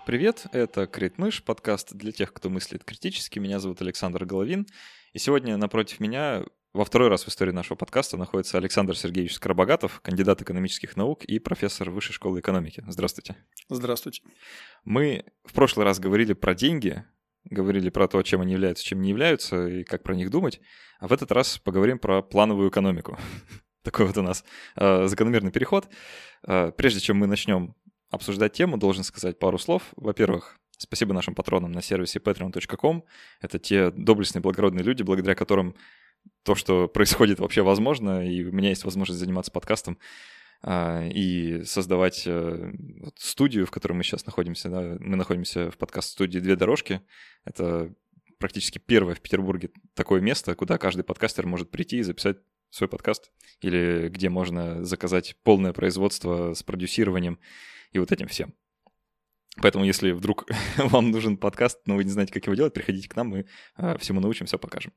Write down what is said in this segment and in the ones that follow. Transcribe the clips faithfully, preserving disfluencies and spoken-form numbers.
Привет, это Критмыш, подкаст для тех, кто мыслит критически. Меня зовут Александр Головин, и сегодня напротив меня во второй раз в истории нашего подкаста находится Александр Сергеевич Скоробогатов, кандидат экономических наук и профессор Высшей школы экономики. Здравствуйте. Здравствуйте. Мы в прошлый раз говорили про деньги, говорили про то, чем они являются, чем не являются, и как про них думать, а в этот раз поговорим про плановую экономику. Такой вот у нас закономерный переход. Прежде чем мы начнем обсуждать тему, должен сказать пару слов. Во-первых, спасибо нашим патронам на сервисе патреон точка ком. Это те доблестные, благородные люди, благодаря которым то, что происходит, вообще возможно, и у меня есть возможность заниматься подкастом и создавать вот, студию, в которой мы сейчас находимся. Да. Мы находимся в подкаст-студии «Две дорожки». Это практически первое в Петербурге такое место, куда каждый подкастер может прийти и записать свой подкаст, или где можно заказать полное производство с продюсированием и вот этим всем. Поэтому, если вдруг вам нужен подкаст, но вы не знаете, как его делать, приходите к нам, мы а, всему научим, все покажем.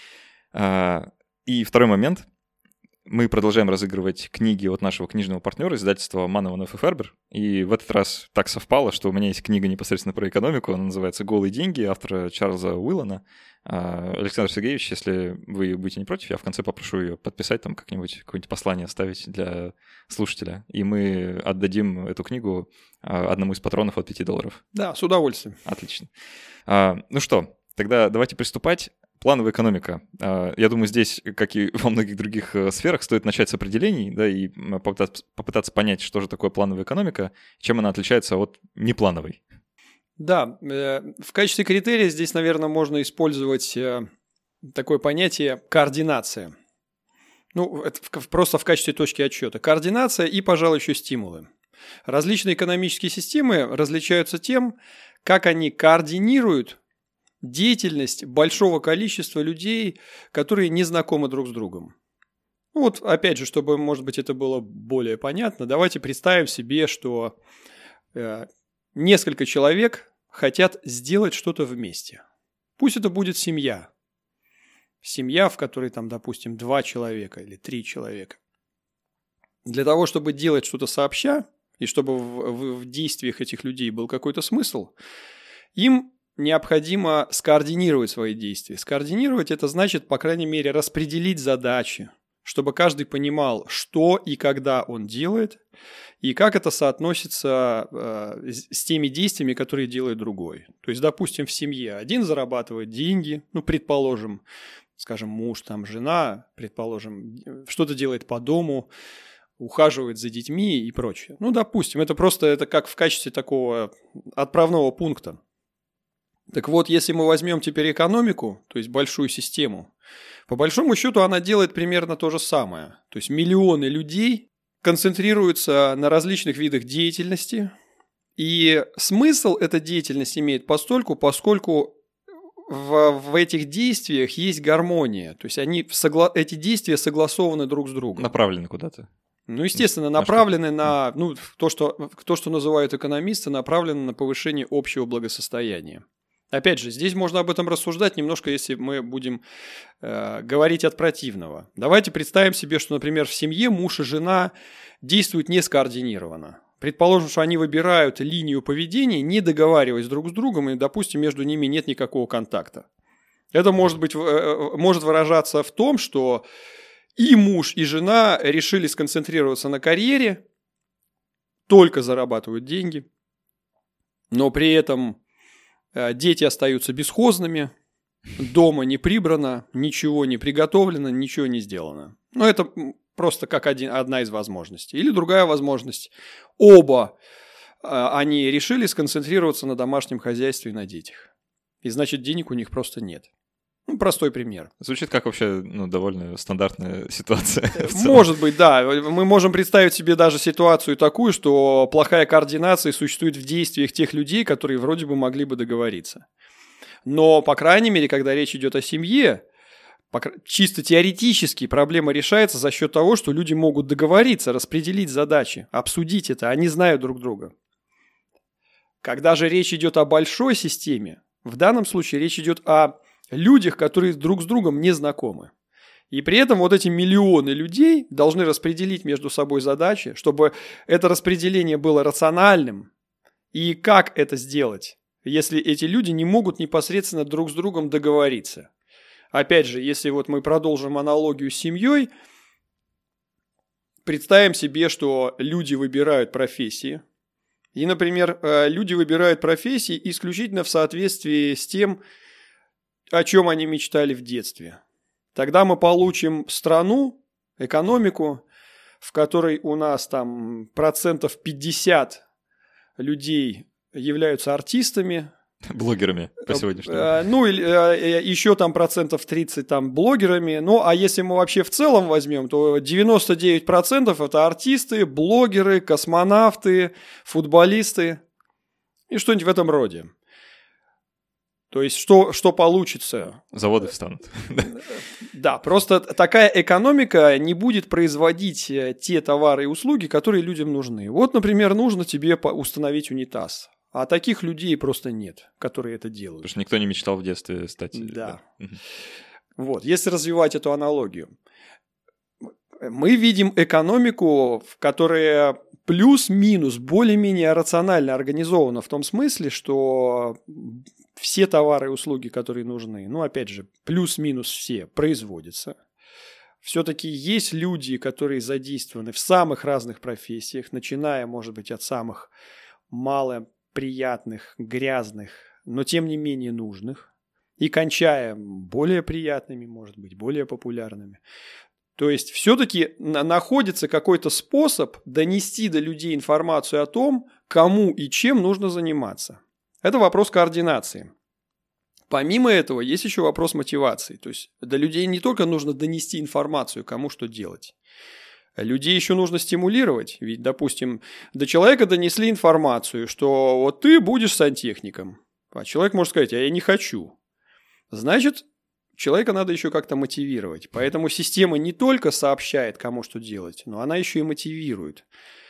А, и второй момент. Мы продолжаем разыгрывать книги от нашего книжного партнера, издательства Манованов и Фербер. И в этот раз так совпало, что у меня есть книга непосредственно про экономику. Она называется «Голые деньги» автора Чарльза Уиллана. Александр Сергеевич, если вы будете не против, я в конце попрошу ее подписать, там как-нибудь какое-нибудь послание оставить для слушателя. И мы отдадим эту книгу одному из патронов от пяти долларов. Да, с удовольствием. Отлично. Ну что, тогда давайте приступать. Плановая экономика. Я думаю, здесь, как и во многих других сферах, стоит начать с определений, да, и попытаться, попытаться понять, что же такое плановая экономика, чем она отличается от неплановой. Да, в качестве критерия здесь, наверное, можно использовать такое понятие координация. Ну, это просто в качестве точки отсчета. Координация и, пожалуй, еще стимулы. Различные экономические системы различаются тем, как они координируют деятельность большого количества людей, которые не знакомы друг с другом. Вот, опять же, чтобы, может быть, это было более понятно, давайте представим себе, что э, несколько человек хотят сделать что-то вместе. Пусть это будет семья. Семья, в которой, там, допустим, два человека или три человека. Для того, чтобы делать что-то сообща, и чтобы в, в, в действиях этих людей был какой-то смысл, им необходимо скоординировать свои действия. Скоординировать – это значит, по крайней мере, распределить задачи, чтобы каждый понимал, что и когда он делает, и как это соотносится э, с теми действиями, которые делает другой. То есть, допустим, в семье один зарабатывает деньги, ну, предположим, скажем, муж, там, жена, предположим, что-то делает по дому, ухаживает за детьми и прочее. Ну, допустим, это просто это как в качестве такого отправного пункта. Так вот, если мы возьмем теперь экономику, то есть большую систему, по большому счету она делает примерно то же самое. То есть миллионы людей концентрируются на различных видах деятельности, и смысл эта деятельность имеет постольку, поскольку в, в этих действиях есть гармония. То есть они согла... эти действия согласованы друг с другом. Направлены куда-то. Ну, естественно, направлены на, на ну, то, что, то, что называют экономисты, направлены на повышение общего благосостояния. Опять же, здесь можно об этом рассуждать немножко, если мы будем э, говорить от противного. Давайте представим себе, что, например, в семье муж и жена действуют не скоординированно. Предположим, что они выбирают линию поведения, не договариваясь друг с другом, и, допустим, между ними нет никакого контакта. Это может быть, э, может выражаться в том, что и муж, и жена решили сконцентрироваться на карьере, только зарабатывают деньги, но при этом дети остаются бесхозными, дома не прибрано, ничего не приготовлено, ничего не сделано. Но это просто как один, одна из возможностей. Или другая возможность. Оба они решили сконцентрироваться на домашнем хозяйстве и на детях. И значит, денег у них просто нет. Ну, простой пример. Звучит как вообще ну, довольно стандартная ситуация. Может быть, да. Мы можем представить себе даже ситуацию такую, что плохая координация существует в действиях тех людей, которые вроде бы могли бы договориться. Но, по крайней мере, когда речь идет о семье, чисто теоретически проблема решается за счет того, что люди могут договориться, распределить задачи, обсудить это, они знают друг друга. Когда же речь идет о большой системе, в данном случае речь идет о людях, которые друг с другом не знакомы. И при этом вот эти миллионы людей должны распределить между собой задачи, чтобы это распределение было рациональным И как это сделать, если эти люди не могут непосредственно друг с другом договориться? Опять же, если вот мы продолжим аналогию с семьей, представим себе, что люди выбирают профессии. И, например, люди выбирают профессии исключительно в соответствии с тем, о чем они мечтали в детстве. Тогда мы получим страну, экономику, в которой у нас там процентов пятьдесят людей являются артистами. Блогерами по сегодняшнему. Ну, или еще там процентов тридцать там блогерами. Ну, а если мы вообще в целом возьмем, то девяносто девять процентов это артисты, блогеры, космонавты, футболисты и что-нибудь в этом роде. То есть, что, что получится? Заводы встанут. Да, просто такая экономика не будет производить те товары и услуги, которые людям нужны. Вот, например, нужно тебе установить унитаз. А таких людей просто нет, которые это делают. Потому что никто не мечтал в детстве стать... Да. да. Вот, если развивать эту аналогию. Мы видим экономику, которая плюс-минус более-менее рационально организована в том смысле, что все товары и услуги, которые нужны, ну, опять же, плюс-минус все производятся. Все-таки есть люди, которые задействованы в самых разных профессиях, начиная, может быть, от самых малоприятных, грязных, но тем не менее нужных, и кончая более приятными, может быть, более популярными. То есть все-таки находится какой-то способ донести до людей информацию о том, кому и чем нужно заниматься. Это вопрос координации. Помимо этого, есть еще вопрос мотивации. То есть до людей не только нужно донести информацию, кому что делать. Людей еще нужно стимулировать. Ведь, допустим, до человека донесли информацию, что вот ты будешь сантехником. А человек может сказать, а я не хочу. Значит, человека надо еще как-то мотивировать. Поэтому система не только сообщает, кому что делать, но она еще и мотивирует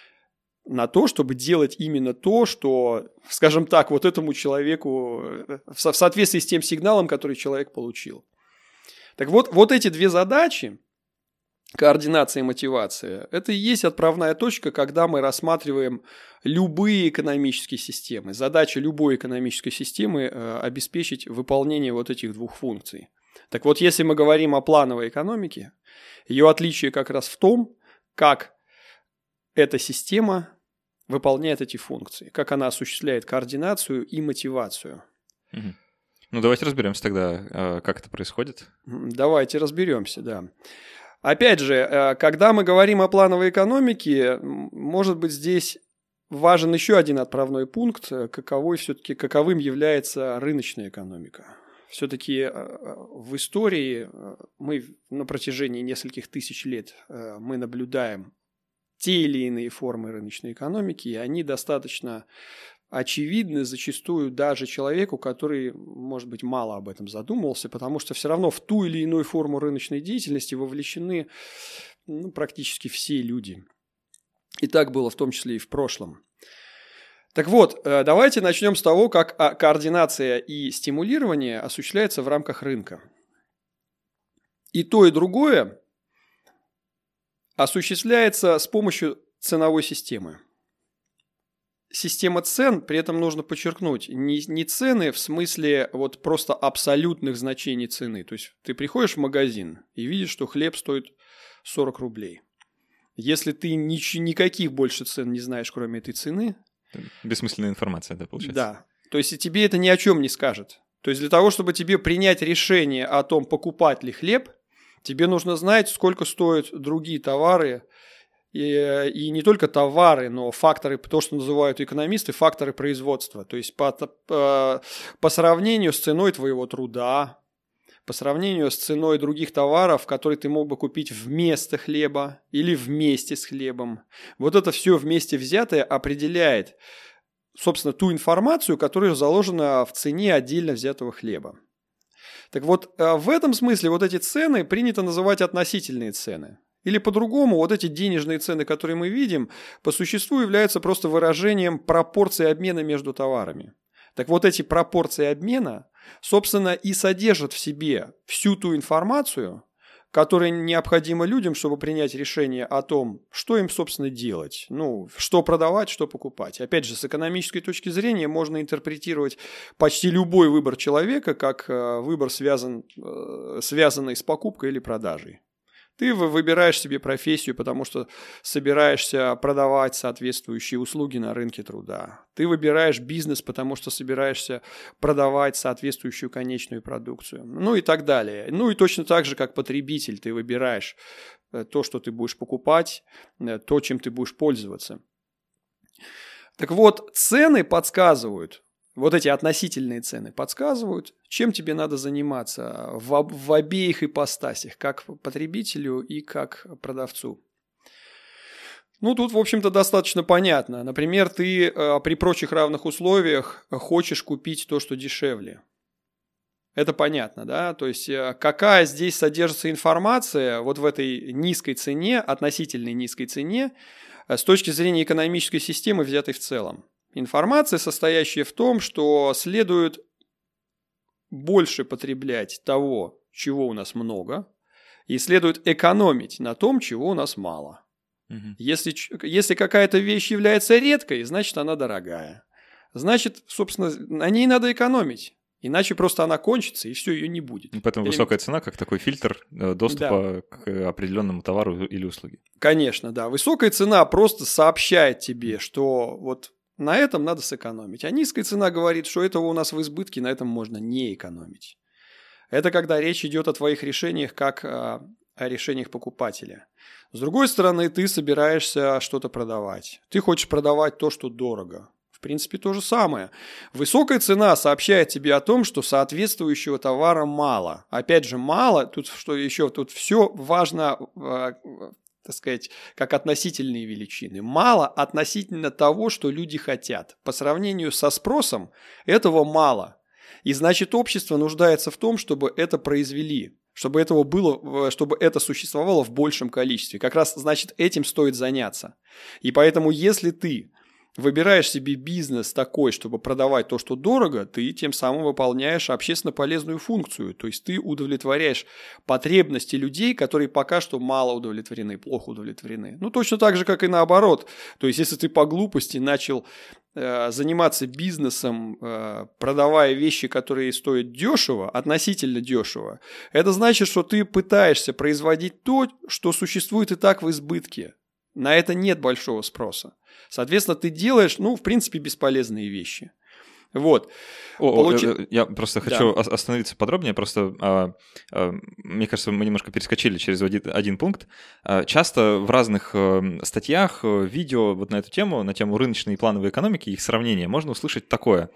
на то, чтобы делать именно то, что, скажем так, вот этому человеку в соответствии с тем сигналом, который человек получил. Так вот, вот эти две задачи, координация и мотивация, это и есть отправная точка, когда мы рассматриваем любые экономические системы. Задача любой экономической системы – обеспечить выполнение вот этих двух функций. Так вот, если мы говорим о плановой экономике, ее отличие как раз в том, как эта система выполняет эти функции, как она осуществляет координацию и мотивацию. Угу. Ну, давайте разберемся тогда, как это происходит. Давайте разберемся, да. Опять же, когда мы говорим о плановой экономике, может быть, здесь важен еще один отправной пункт, каковой все-таки, каковым является рыночная экономика. Все-таки в истории мы на протяжении нескольких тысяч лет мы наблюдаем те или иные формы рыночной экономики, и они достаточно очевидны зачастую даже человеку, который, может быть, мало об этом задумывался, потому что все равно в ту или иную форму рыночной деятельности вовлечены ну, практически все люди. И так было в том числе и в прошлом. Так вот, давайте начнем с того, как координация и стимулирование осуществляется в рамках рынка. И то, и другое осуществляется с помощью ценовой системы. Система цен, при этом нужно подчеркнуть, не, не цены в смысле вот просто абсолютных значений цены. То есть ты приходишь в магазин и видишь, что хлеб стоит сорок рублей. Если ты нич- никаких больше цен не знаешь, кроме этой цены... Бессмысленная информация, да, получается? Да. То есть тебе это ни о чем не скажет. То есть для того, чтобы тебе принять решение о том, покупать ли хлеб, тебе нужно знать, сколько стоят другие товары, и, и не только товары, но факторы, то, что называют экономисты, факторы производства. То есть по, по, по сравнению с ценой твоего труда, по сравнению с ценой других товаров, которые ты мог бы купить вместо хлеба или вместе с хлебом. Вот это все вместе взятое определяет, собственно, ту информацию, которая заложена в цене отдельно взятого хлеба. Так вот, в этом смысле вот эти цены принято называть относительные цены. Или по-другому, вот эти денежные цены, которые мы видим, по существу являются просто выражением пропорции обмена между товарами. Так вот, эти пропорции обмена, собственно, и содержат в себе всю ту информацию, которые необходимы людям, чтобы принять решение о том, что им, собственно, делать. Ну, что продавать, что покупать. Опять же, с экономической точки зрения можно интерпретировать почти любой выбор человека как выбор, связан, связанный с покупкой или продажей. Ты выбираешь себе профессию, потому что собираешься продавать соответствующие услуги на рынке труда. Ты выбираешь бизнес, потому что собираешься продавать соответствующую конечную продукцию. Ну и так далее. Ну и точно так же, как потребитель, ты выбираешь то, что ты будешь покупать, то, чем ты будешь пользоваться. Так вот, цены подсказывают, вот эти относительные цены подсказывают, чем тебе надо заниматься в, в обеих ипостасях, как потребителю и как продавцу. Ну, тут, в общем-то, достаточно понятно. Например, ты э, при прочих равных условиях хочешь купить то, что дешевле. Это понятно, да? То есть, э, какая здесь содержится информация вот в этой низкой цене, относительной низкой цене, э, с точки зрения экономической системы, взятой в целом. Информация, состоящая в том, что следует больше потреблять того, чего у нас много, и следует экономить на том, чего у нас мало. Угу. Если, если какая-то вещь является редкой, значит, она дорогая. Значит, собственно, на ней надо экономить. Иначе просто она кончится, и все, ее не будет. Поэтому или... высокая цена как такой фильтр доступа, да, к определенному товару или услуге. Конечно, да. Высокая цена просто сообщает тебе, что вот на этом надо сэкономить. А низкая цена говорит, что этого у нас в избытке, на этом можно не экономить. Это когда речь идет о твоих решениях как о, о решениях покупателя. С другой стороны, ты собираешься что-то продавать. Ты хочешь продавать то, что дорого. В принципе, то же самое. Высокая цена сообщает тебе о том, что соответствующего товара мало. Опять же, мало, тут что еще, тут все важно, так сказать, как относительные величины. Мало относительно того, что люди хотят. По сравнению со спросом этого мало. И значит, общество нуждается в том, чтобы это произвели, чтобы этого было, чтобы это существовало в большем количестве. Как раз, значит, этим стоит заняться. И поэтому, если ты выбираешь себе бизнес такой, чтобы продавать то, что дорого, ты тем самым выполняешь общественно полезную функцию. То есть ты удовлетворяешь потребности людей, которые пока что мало удовлетворены, плохо удовлетворены. Ну, точно так же, как и наоборот. То есть если ты по глупости начал э, заниматься бизнесом, э, продавая вещи, которые стоят дешево, относительно дешево, это значит, что ты пытаешься производить то, что существует и так в избытке. На это нет большого спроса. Соответственно, ты делаешь, ну, в принципе, бесполезные вещи. Вот. О, Получи... Я просто хочу да. остановиться подробнее. Просто, а, а, мне кажется, мы немножко перескочили через один, один пункт. А, часто в разных а, статьях, видео вот на эту тему, на тему рыночной и плановой экономики, их сравнения, можно услышать такое,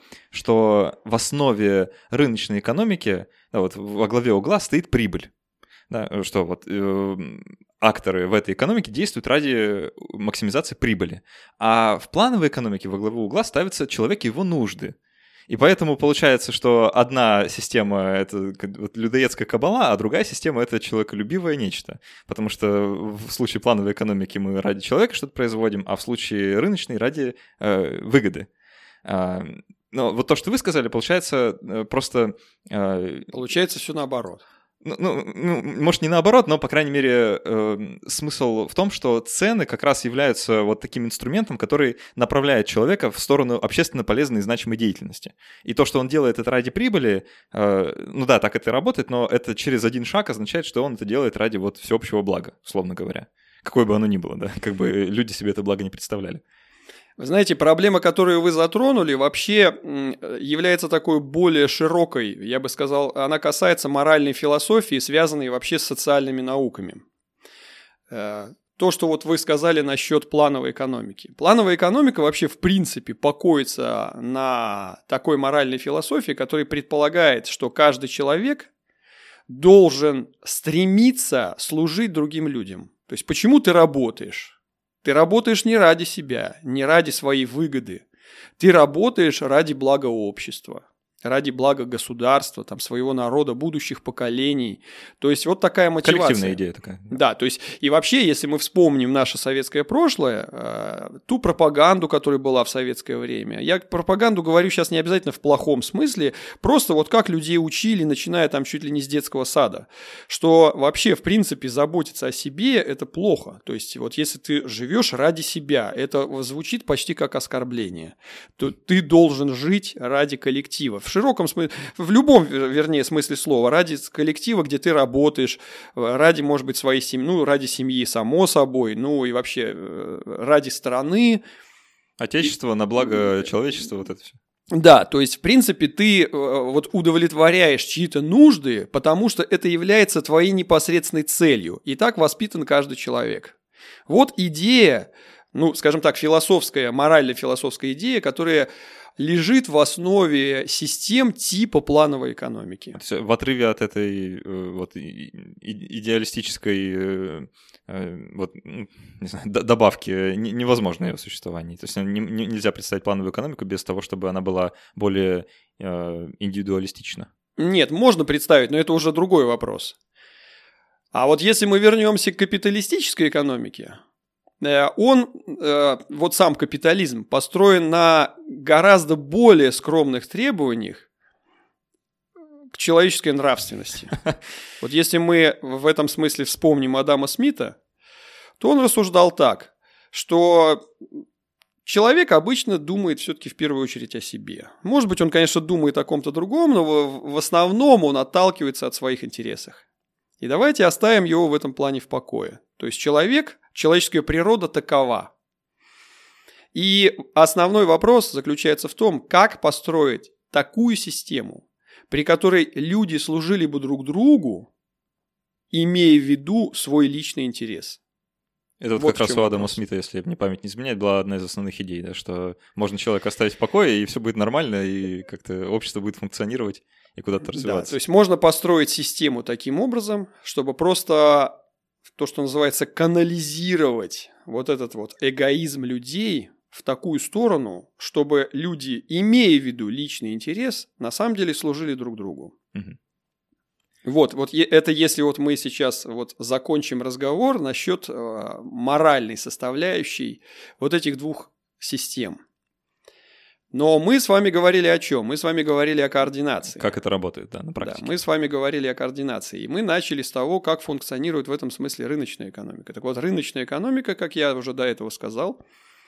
что в основе рыночной экономики, да, вот во главе угла стоит прибыль. Да, что вот э, акторы в этой экономике действуют ради максимизации прибыли. А в плановой экономике во главу угла ставится человек и его нужды. И поэтому получается, что одна система — это вот людоедская кабала, а другая система — это человеколюбивое нечто. Потому что в случае плановой экономики мы ради человека что-то производим, а в случае рыночной — ради э, выгоды. А, но вот то, что вы сказали, получается просто... Э, получается все наоборот. Ну, ну, может, не наоборот, но, по крайней мере, э, смысл в том, что цены как раз являются вот таким инструментом, который направляет человека в сторону общественно полезной и значимой деятельности. И то, что он делает это ради прибыли, э, ну да, так это и работает, но это через один шаг означает, что он это делает ради вот всеобщего блага, условно говоря. Какое бы оно ни было, да, как бы люди себе это благо не представляли. Вы знаете, проблема, которую вы затронули, вообще является такой более широкой, я бы сказал, она касается моральной философии, связанной вообще с социальными науками. То, что вот вы сказали насчет плановой экономики. Плановая экономика вообще в принципе покоится на такой моральной философии, которая предполагает, что каждый человек должен стремиться служить другим людям. То есть почему ты работаешь? Ты работаешь не ради себя, не ради своей выгоды. Ты работаешь ради блага общества. ради блага государства, там, своего народа, будущих поколений. То есть вот такая мотивация. Коллективная идея такая. Да, то есть и вообще, если мы вспомним наше советское прошлое, ту пропаганду, которая была в советское время, я пропаганду говорю сейчас не обязательно в плохом смысле, просто вот как людей учили, начиная там чуть ли не с детского сада, что вообще, в принципе, заботиться о себе – это плохо. То есть вот если ты живешь ради себя, это звучит почти как оскорбление, то ты должен жить ради коллектива. В широком смысле, в любом, вернее, смысле слова, ради коллектива, где ты работаешь, ради, может быть, своей семьи, ну, ради семьи, само собой, ну, и вообще ради страны. Отечество на благо человечества, вот это все. Да, то есть, в принципе, ты вот удовлетворяешь чьи-то нужды, потому что это является твоей непосредственной целью. И так воспитан каждый человек. Вот идея, ну, скажем так, философская, морально-философская идея, которая лежит в основе систем типа плановой экономики. В отрыве от этой вот идеалистической вот, не знаю, добавки невозможно ее существование. То есть не, не, нельзя представить плановую экономику без того, чтобы она была более индивидуалистична. Нет, можно представить, но это уже другой вопрос. А вот если мы вернемся к капиталистической экономике, он, вот сам капитализм, построен на гораздо более скромных требованиях к человеческой нравственности. Вот если мы в этом смысле вспомним Адама Смита, то он рассуждал так, что человек обычно думает все-таки в первую очередь о себе. Может быть, он, конечно, думает о ком-то другом, но в основном он отталкивается от своих интересов. И давайте оставим его в этом плане в покое. То есть человек, человеческая природа такова. И основной вопрос заключается в том, как построить такую систему, при которой люди служили бы друг другу, имея в виду свой личный интерес. Это вот, вот как раз у Адама вопрос. Смита, если мне память не изменяет, была одна из основных идей, да, что можно человека оставить в покое, и все будет нормально, и как-то общество будет функционировать и куда-то развиваться. Да, то есть можно построить систему таким образом, чтобы просто то, что называется, канализировать вот этот вот эгоизм людей в такую сторону, чтобы люди, имея в виду личный интерес, на самом деле служили друг другу. Угу. Вот, вот это если вот мы сейчас вот закончим разговор насчет э, моральной составляющей вот этих двух систем. Но мы с вами говорили о чем? Мы с вами говорили о координации. Как это работает, да, на практике. Да, мы с вами говорили о координации. И мы начали с того, как функционирует в этом смысле рыночная экономика. Так вот, рыночная экономика, как я уже до этого сказал,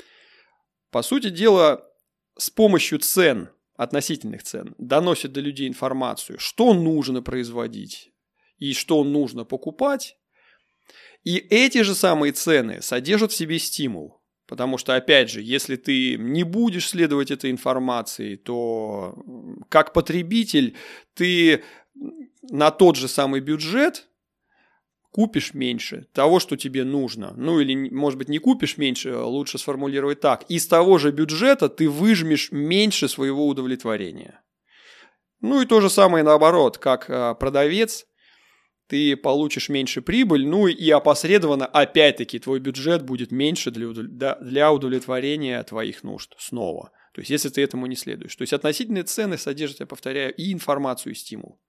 по сути дела, с помощью цен, относительных цен, доносит до людей информацию, что нужно производить и что нужно покупать. И эти же самые цены содержат в себе стимул. Потому что, опять же, если ты не будешь следовать этой информации, то как потребитель ты на тот же самый бюджет купишь меньше того, что тебе нужно. Ну или, может быть, не купишь меньше, лучше сформулировать так. Из того же бюджета ты выжмешь меньше своего удовлетворения. Ну и то же самое наоборот, как продавец. Ты получишь меньше прибыль, ну и опосредованно, опять-таки, твой бюджет будет меньше для, для удовлетворения твоих нужд снова. То есть, если ты этому не следуешь. То есть, относительные цены содержат, я повторяю, и информацию, и стимул.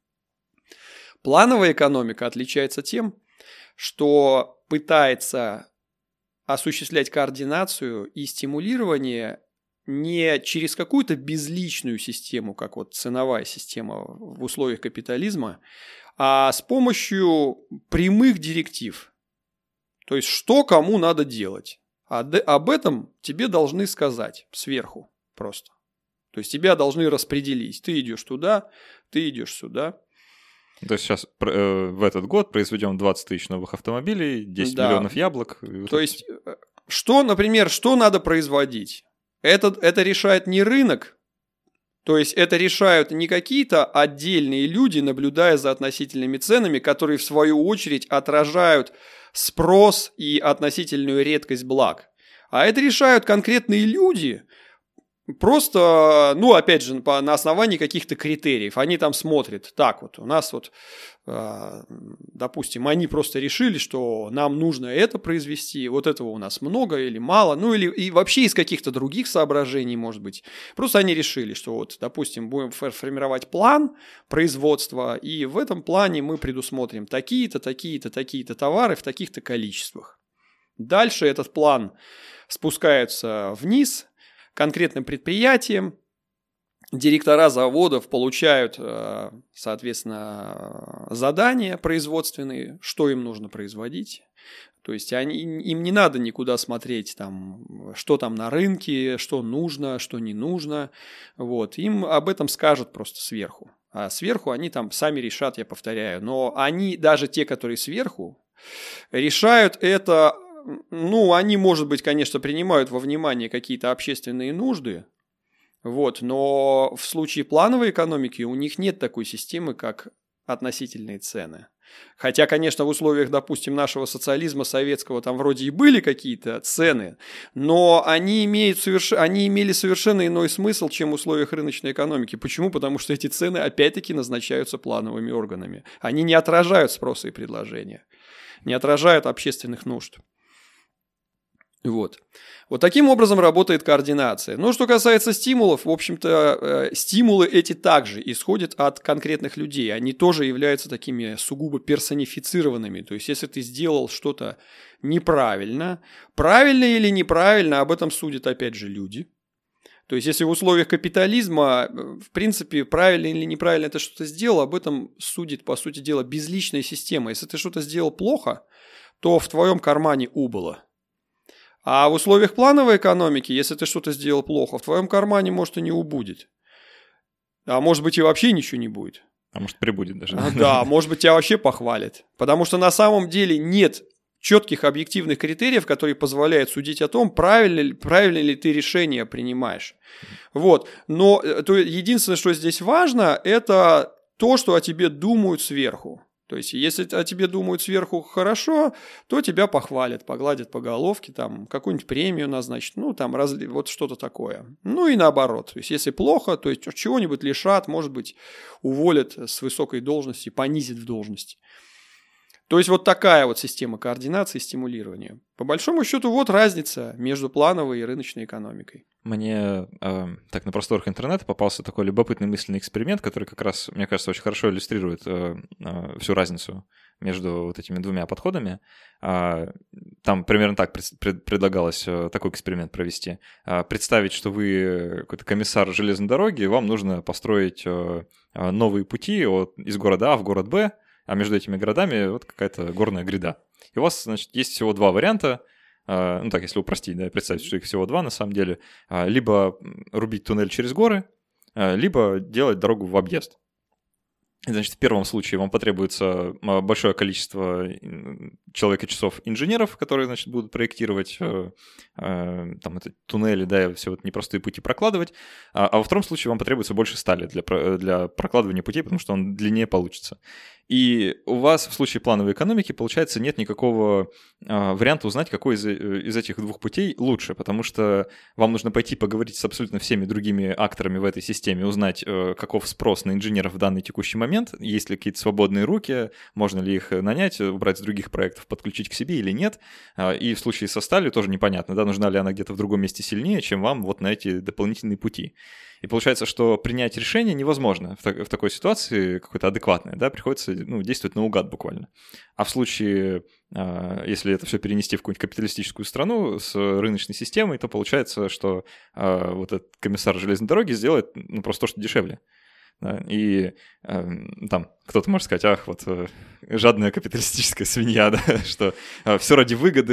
Плановая экономика отличается тем, что пытается осуществлять координацию и стимулирование не через какую-то безличную систему, как вот ценовая система в условиях капитализма, а с помощью прямых директив. То есть, что кому надо делать. А об этом тебе должны сказать сверху просто. То есть, тебя должны распределить. Ты идешь туда, ты идешь сюда. То есть, сейчас э, в этот год произведем двадцать тысяч новых автомобилей, десять да. миллионов яблок. То есть, что, например, что надо производить? Это, это решает не рынок. То есть это решают не какие-то отдельные люди, наблюдая за относительными ценами, которые в свою очередь отражают спрос и относительную редкость благ. А это решают конкретные люди, просто, ну, опять же, на основании каких-то критериев. Они там смотрят, так вот, у нас вот, допустим, они просто решили, что нам нужно это произвести, вот этого у нас много или мало, ну, или и вообще из каких-то других соображений, может быть. Просто они решили, что вот, допустим, будем формировать план производства, и в этом плане мы предусмотрим такие-то, такие-то, такие-то товары в таких-то количествах. Дальше этот план спускается вниз конкретным предприятиям, директора заводов получают, соответственно, задания производственные, что им нужно производить. То есть они, им не надо никуда смотреть, там, что там на рынке, что нужно, что не нужно. Вот. Им об этом скажут просто сверху. А сверху они там сами решат, я повторяю. Но они, даже те, которые сверху, решают это. Ну, они, может быть, конечно, принимают во внимание какие-то общественные нужды, вот, но в случае плановой экономики у них нет такой системы, как относительные цены. Хотя, конечно, в условиях, допустим, нашего социализма советского там вроде и были какие-то цены, но они, имеют соверш... они имели совершенно иной смысл, чем в условиях рыночной экономики. Почему? Потому что эти цены опять-таки назначаются плановыми органами. Они не отражают спроса и предложения, не отражают общественных нужд. Вот. Вот таким образом работает координация. Но что касается стимулов, в общем-то, э, стимулы эти также исходят от конкретных людей. Они тоже являются такими сугубо персонифицированными. То есть, если ты сделал что-то неправильно, правильно или неправильно, об этом судят опять же люди. То есть, если в условиях капитализма, в принципе, правильно или неправильно ты что-то сделал, об этом судит, по сути дела, безличная система. Если ты что-то сделал плохо, то в твоем кармане убыло. А в условиях плановой экономики, если ты что-то сделал плохо, в твоем кармане, может, и не убудет. А может быть, и вообще ничего не будет. А может, прибудет даже. А, да, может быть, тебя вообще похвалят. Потому что на самом деле нет четких объективных критериев, которые позволяют судить о том, правильно ли, правильно ли ты решение принимаешь. Вот. Но то единственное, что здесь важно, это то, что о тебе думают сверху. То есть, если о тебе думают сверху хорошо, то тебя похвалят, погладят по головке, там, какую-нибудь премию назначат, ну, там, разли... вот что-то такое. Ну, и наоборот. То есть, если плохо, то есть, чего-нибудь лишат, может быть, уволят с высокой должности, понизят в должности. То есть, вот такая вот система координации и стимулирования. По большому счету, вот разница между плановой и рыночной экономикой. Мне э, так на просторах интернета попался такой любопытный мысленный эксперимент, который как раз, мне кажется, очень хорошо иллюстрирует э, э, всю разницу между вот этими двумя подходами. Э, там примерно так пред, пред, предлагалось э, такой эксперимент провести. Э, представить, что вы какой-то комиссар железной дороги, и вам нужно построить э, новые пути от, из города А в город Б, а между этими городами вот какая-то горная гряда. И у вас, значит, есть всего два варианта. Ну так, если упростить, да, представить, что их всего два на самом деле. Либо рубить туннель через горы, либо делать дорогу в объезд. Значит, в первом случае вам потребуется большое количество человека-часов инженеров, которые, значит, будут проектировать э, э, там, это, туннели, да, и все вот непростые пути прокладывать. А, а во втором случае вам потребуется больше стали для, для прокладывания путей, потому что он длиннее получится. И у вас в случае плановой экономики, получается, нет никакого э, варианта узнать, какой из, из этих двух путей лучше, потому что вам нужно пойти поговорить с абсолютно всеми другими акторами в этой системе, узнать, э, каков спрос на инженеров в данный текущий момент, есть ли какие-то свободные руки, можно ли их нанять, убрать с других проектов, подключить к себе или нет. И в случае со сталью тоже непонятно, да, нужна ли она где-то в другом месте сильнее, чем вам вот на эти дополнительные пути. И получается, что принять решение невозможно в, так, в такой ситуации, какое-то адекватное, да, приходится, ну, действовать наугад буквально. А в случае, если это все перенести в какую-нибудь капиталистическую страну с рыночной системой, то получается, что вот этот комиссар железной дороги сделает, ну, просто то, что дешевле. Да, и э, там кто-то может сказать, ах, вот э, жадная капиталистическая свинья, да, что э, все ради выгоды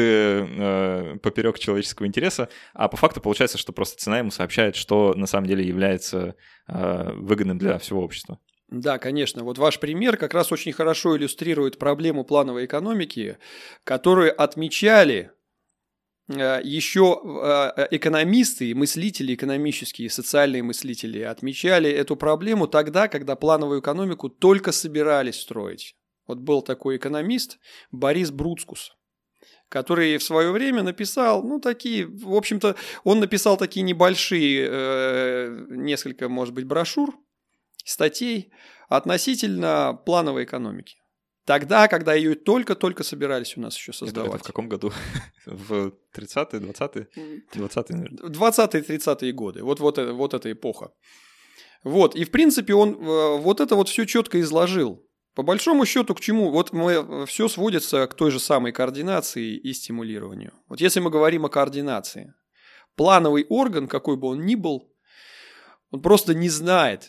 э, поперек человеческого интереса, а по факту получается, что просто цена ему сообщает, что на самом деле является э, выгодным для всего общества. Да, конечно. Вот ваш пример как раз очень хорошо иллюстрирует проблему плановой экономики, которую отмечали еще экономисты, мыслители экономические, социальные мыслители отмечали эту проблему тогда, когда плановую экономику только собирались строить. Вот был такой экономист Борис Бруцкус. который в свое время написал, ну, такие, в общем-то, он написал такие небольшие, э, несколько, может быть, брошюр, статей относительно плановой экономики. Тогда, когда ее только-только собирались у нас еще создавать. Это, это в каком году? В тридцатые, двадцатые? двадцатые, наверное. двадцатые-тридцатые годы. Вот, вот, вот эта эпоха. Вот. И, в принципе, он вот это вот все четко изложил. По большому счету, к чему? Вот мы, все сводится к той же самой координации и стимулированию. Вот если мы говорим о координации, плановый орган, какой бы он ни был, он просто не знает,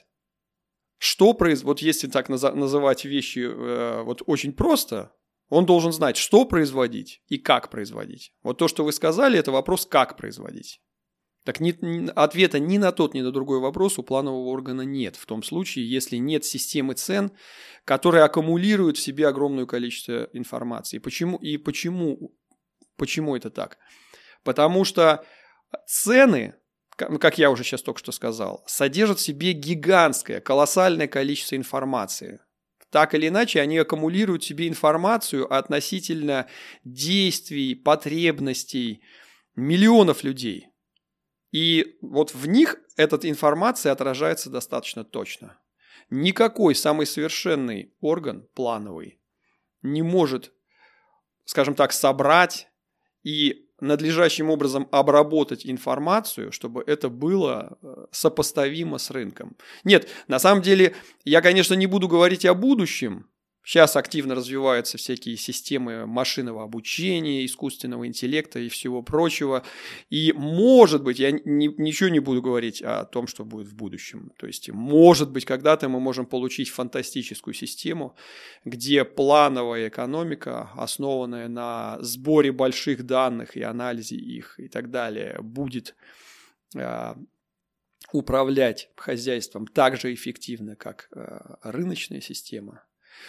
что происходит. Вот если так называть вещи э, вот очень просто, он должен знать, что производить и как производить. Вот то, что вы сказали, это вопрос, как производить. Так ни, ни, ответа ни на тот, ни на другой вопрос у планового органа нет. В том случае, если нет системы цен, которая аккумулирует в себе огромное количество информации. Почему, и почему, почему это так? Потому что цены, как я уже сейчас только что сказал, содержат в себе гигантское, колоссальное количество информации. Так или иначе, они аккумулируют в себе информацию относительно действий, потребностей миллионов людей. И вот в них эта информация отражается достаточно точно. Никакой самый совершенный орган, плановый, не может, скажем так, собрать и надлежащим образом обработать информацию, чтобы это было сопоставимо с рынком. Нет, на самом деле, я, конечно, не буду говорить о будущем. Сейчас активно развиваются всякие системы машинного обучения, искусственного интеллекта и всего прочего. И, может быть, я не, ничего не буду говорить о том, что будет в будущем. То есть, может быть, когда-то мы можем получить фантастическую систему, где плановая экономика, основанная на сборе больших данных и анализе их и так далее, будет э, управлять хозяйством так же эффективно, как э, рыночная система.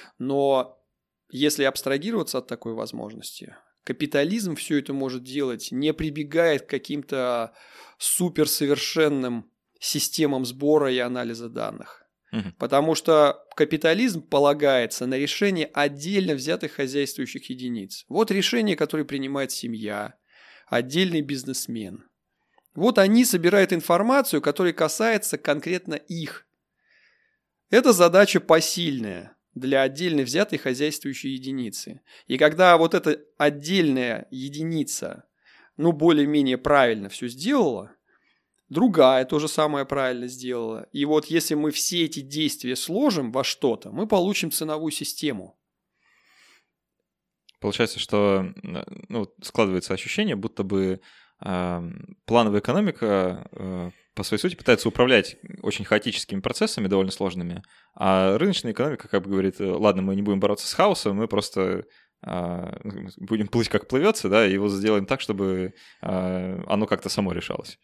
Но если абстрагироваться от такой возможности, капитализм все это может делать, не прибегая к каким-то суперсовершенным системам сбора и анализа данных. Угу. Потому что капитализм полагается на решение отдельно взятых хозяйствующих единиц. Вот решение, которое принимает семья, отдельный бизнесмен. Вот они собирают информацию, которая касается конкретно их. Это задача посильная для отдельно взятой хозяйствующей единицы. И когда вот эта отдельная единица, ну, более-менее правильно все сделала, другая то же самое правильно сделала. И вот если мы все эти действия сложим во что-то, мы получим ценовую систему. Получается, что ну, складывается ощущение, будто бы э, плановая экономика э, по своей сути пытается управлять очень хаотическими процессами, довольно сложными, а рыночная экономика как бы говорит, ладно, мы не будем бороться с хаосом, мы просто э, будем плыть как плывется, да, и его сделаем так, чтобы э, оно как-то само решалось.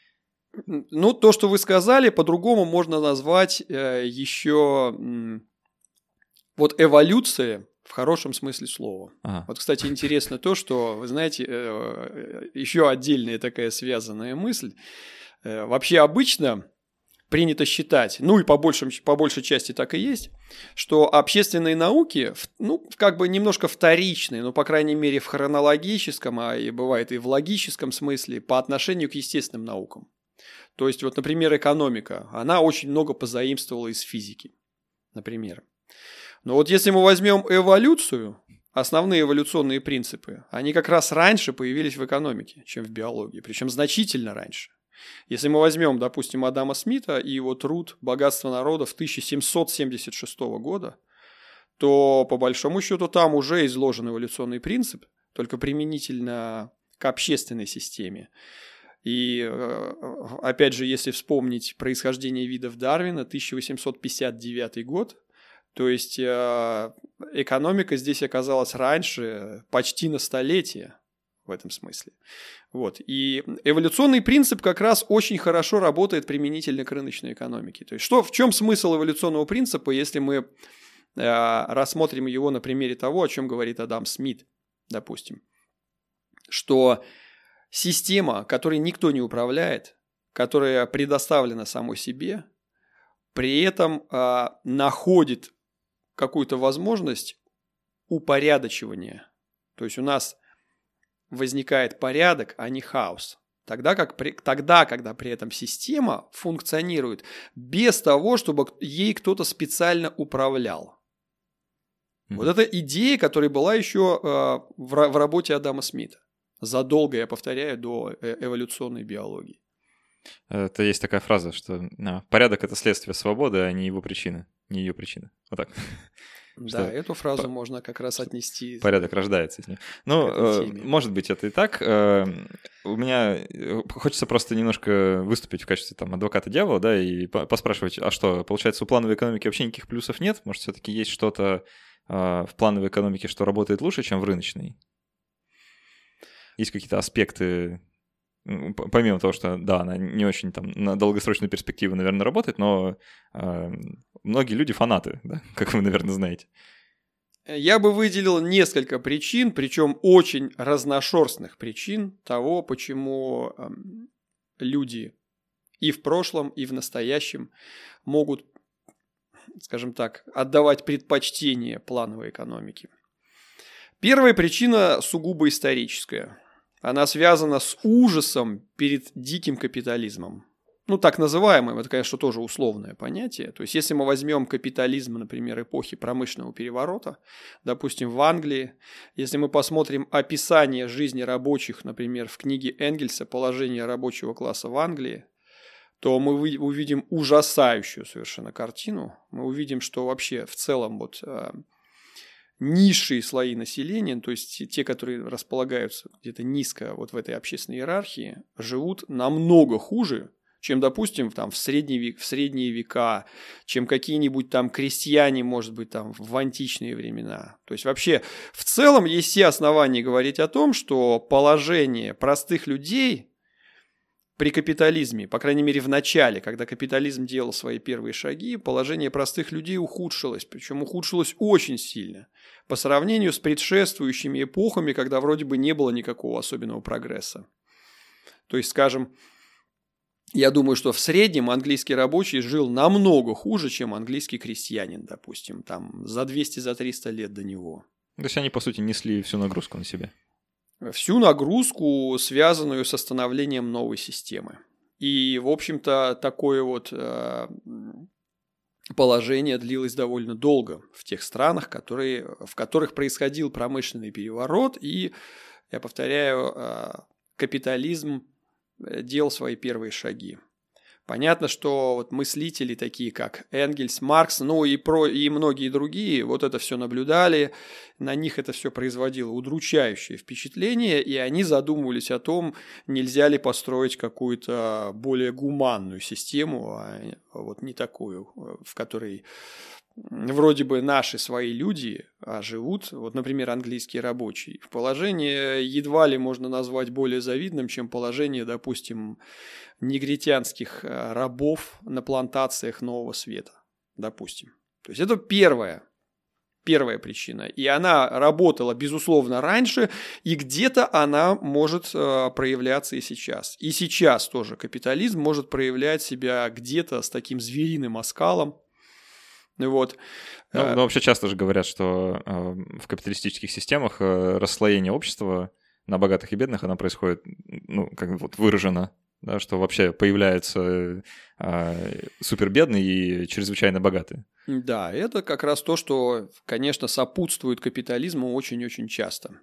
Ну, то, что вы сказали, по-другому можно назвать э, еще э, вот эволюция в хорошем смысле слова. Ага. Вот, кстати, интересно то, что, вы знаете, э, еще отдельная такая связанная мысль. Э, вообще обычно принято считать, ну и по, большем, по большей части так и есть, что общественные науки, ну, как бы немножко вторичные, но, по крайней мере, в хронологическом, а и бывает и в логическом смысле, по отношению к естественным наукам. То есть, вот, например, экономика, она очень много позаимствовала из физики, например. Но вот если мы возьмем эволюцию, основные эволюционные принципы, они как раз раньше появились в экономике, чем в биологии, причем значительно раньше. Если мы возьмем, допустим, Адама Смита и его труд «Богатство народов» тысяча семьсот семьдесят шестого года, то, по большому счету, там уже изложен эволюционный принцип, только применительно к общественной системе. И, опять же, если вспомнить происхождение видов Дарвина, тысяча восемьсот пятьдесят девятый год, то есть экономика здесь оказалась раньше почти на столетие в этом смысле. Вот. И эволюционный принцип как раз очень хорошо работает применительно к рыночной экономике. То есть что, в чем смысл эволюционного принципа, если мы рассмотрим его на примере того, о чем говорит Адам Смит, допустим, что система, которой никто не управляет, которая предоставлена самой себе, при этом э, находит какую-то возможность упорядочивания. То есть у нас возникает порядок, а не хаос. Тогда, как при, тогда, когда при этом система функционирует без того, чтобы ей кто-то специально управлял. Mm-hmm. Вот это идея, которая была еще э, в, в работе Адама Смита. Задолго, я повторяю, до эволюционной биологии. Это есть такая фраза, что а, порядок – это следствие свободы, а не его причина, не ее причина. Вот так. Да, что эту фразу по... можно как раз отнести. Порядок рождается из нее. Ну, э, может быть, это и так. Э, у меня хочется просто немножко выступить в качестве там адвоката дьявола, да, и поспрашивать, а что, получается, у плановой экономики вообще никаких плюсов нет? Может, все-таки есть что-то э, в плановой экономике, что работает лучше, чем в рыночной? Есть какие-то аспекты, помимо того, что, да, она не очень там на долгосрочную перспективу, наверное, работает, но э, многие люди фанаты, да, как вы, наверное, знаете. Я бы выделил несколько причин, причем очень разношерстных причин того, почему э, люди и в прошлом, и в настоящем могут, скажем так, отдавать предпочтение плановой экономике. Первая причина сугубо историческая. Она связана с ужасом перед диким капитализмом. Ну, так называемым, это, конечно, тоже условное понятие. То есть, если мы возьмем капитализм, например, эпохи промышленного переворота, допустим, в Англии, если мы посмотрим описание жизни рабочих, например, в книге Энгельса «Положение рабочего класса в Англии», то мы увидим ужасающую совершенно картину. Мы увидим, что вообще в целом вот... низшие слои населения, то есть те, которые располагаются где-то низко вот в этой общественной иерархии, живут намного хуже, чем, допустим, там, в, средний век, в средние века, чем какие-нибудь там крестьяне, может быть, там, в античные времена. То есть вообще в целом есть все основания говорить о том, что положение простых людей при капитализме, по крайней мере в начале, когда капитализм делал свои первые шаги, положение простых людей ухудшилось, причем ухудшилось очень сильно по сравнению с предшествующими эпохами, когда вроде бы не было никакого особенного прогресса. То есть, скажем, я думаю, что в среднем английский рабочий жил намного хуже, чем английский крестьянин, допустим, там за двести, за триста лет до него. То есть они, по сути, несли всю нагрузку на себя. Всю нагрузку, связанную со становлением новой системы. И, в общем-то, такое вот э, положение длилось довольно долго в тех странах, которые, в которых происходил промышленный переворот, и, я повторяю, э, капитализм делал свои первые шаги. Понятно, что вот мыслители такие, как Энгельс, Маркс, ну и, про, и многие другие, вот это все наблюдали, на них это все производило удручающее впечатление, и они задумывались о том, нельзя ли построить какую-то более гуманную систему, а вот не такую, в которой вроде бы наши свои люди а живут, вот, например, английские рабочие, в положении едва ли можно назвать более завидным, чем положение, допустим, негритянских рабов на плантациях Нового Света, допустим. То есть это первая, первая причина. И она работала, безусловно, раньше, и где-то она может проявляться и сейчас. И сейчас тоже капитализм может проявлять себя где-то с таким звериным оскалом. Вот. Ну, ну, вообще часто же говорят, что э, в капиталистических системах э, расслоение общества на богатых и бедных, оно происходит, ну, как вот выражено, да, что вообще появляются э, супербедные и чрезвычайно богатые. Да, это как раз то, что, конечно, сопутствует капитализму очень-очень часто.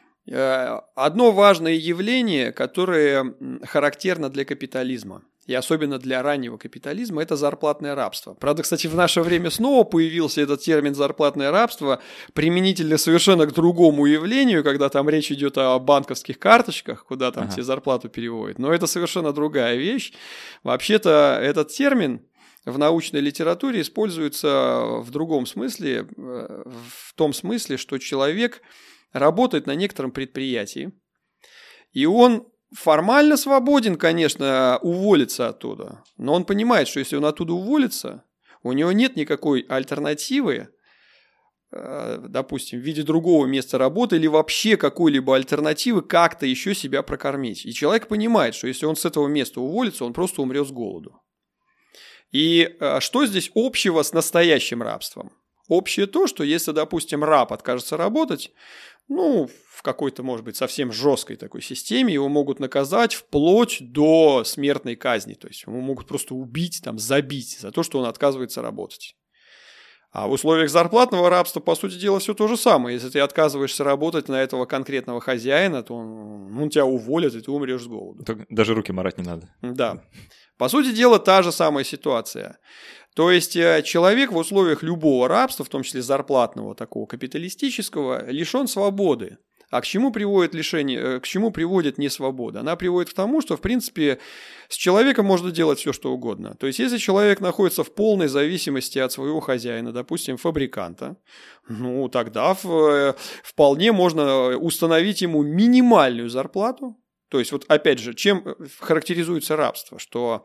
Одно важное явление, которое характерно для капитализма, и особенно для раннего капитализма, это зарплатное рабство. Правда, кстати, в наше время снова появился этот термин «зарплатное рабство», применительно совершенно к другому явлению, когда там речь идет о банковских карточках, куда там ага. тебе зарплату переводят. Но это совершенно другая вещь. Вообще-то этот термин в научной литературе используется в другом смысле, в том смысле, что человек работает на некотором предприятии, и он формально свободен, конечно, уволиться оттуда, но он понимает, что если он оттуда уволится, у него нет никакой альтернативы, допустим, в виде другого места работы или вообще какой-либо альтернативы как-то еще себя прокормить. И человек понимает, что если он с этого места уволится, он просто умрет с голоду. И что здесь общего с настоящим рабством? Общее то, что если, допустим, раб откажется работать, ну, в какой-то, может быть, совсем жесткой такой системе его могут наказать вплоть до смертной казни. То есть его могут просто убить, там, забить за то, что он отказывается работать. А в условиях зарплатного рабства, по сути дела, все то же самое. Если ты отказываешься работать на этого конкретного хозяина, то он, он тебя уволит, и ты умрешь с голоду. Так даже руки марать не надо. Да. По сути дела, та же самая ситуация. То есть человек в условиях любого рабства, в том числе зарплатного, такого капиталистического, лишен свободы. А к чему приводит лишение, к чему приводит несвобода? Она приводит к тому, что, в принципе, с человеком можно делать все, что угодно. То есть, если человек находится в полной зависимости от своего хозяина, допустим, фабриканта, ну, тогда вполне можно установить ему минимальную зарплату. То есть, вот опять же, чем характеризуется рабство? Что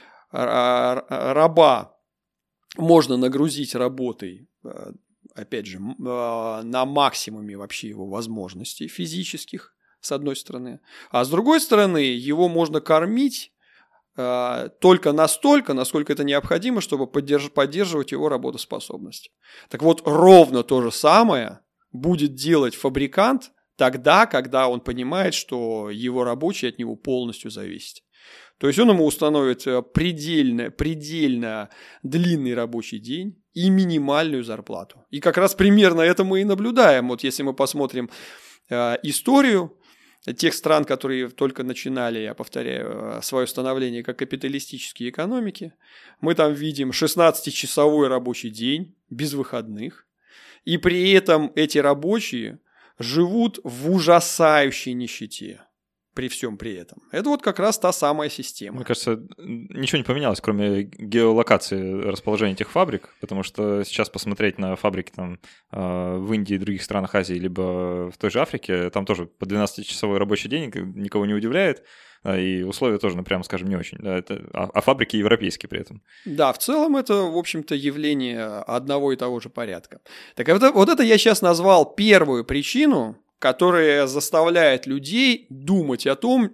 раба можно нагрузить работой, опять же, на максимуме вообще его возможностей физических, с одной стороны. А с другой стороны, его можно кормить только настолько, насколько это необходимо, чтобы поддерживать его работоспособность. Так вот, ровно то же самое будет делать фабрикант тогда, когда он понимает, что его рабочий от него полностью зависит. То есть он ему установит предельно, предельно длинный рабочий день и минимальную зарплату. И как раз примерно это мы и наблюдаем. Вот если мы посмотрим э, историю тех стран, которые только начинали, я повторяю, свое становление как капиталистические экономики, мы там видим шестнадцатичасовой рабочий день без выходных. И при этом эти рабочие живут в ужасающей нищете. При всем при этом. Это вот как раз та самая система. Мне кажется, ничего не поменялось, кроме геолокации расположения этих фабрик, потому что сейчас посмотреть на фабрики там в Индии и других странах Азии, либо в той же Африке, там тоже по двенадцатичасовой рабочий день никого не удивляет, и условия тоже, ну, прямо скажем, не очень. Да, это, а, а фабрики европейские при этом. Да, в целом это, в общем-то, явление одного и того же порядка. Так вот, вот это я сейчас назвал первую причину, которая заставляет людей думать о том,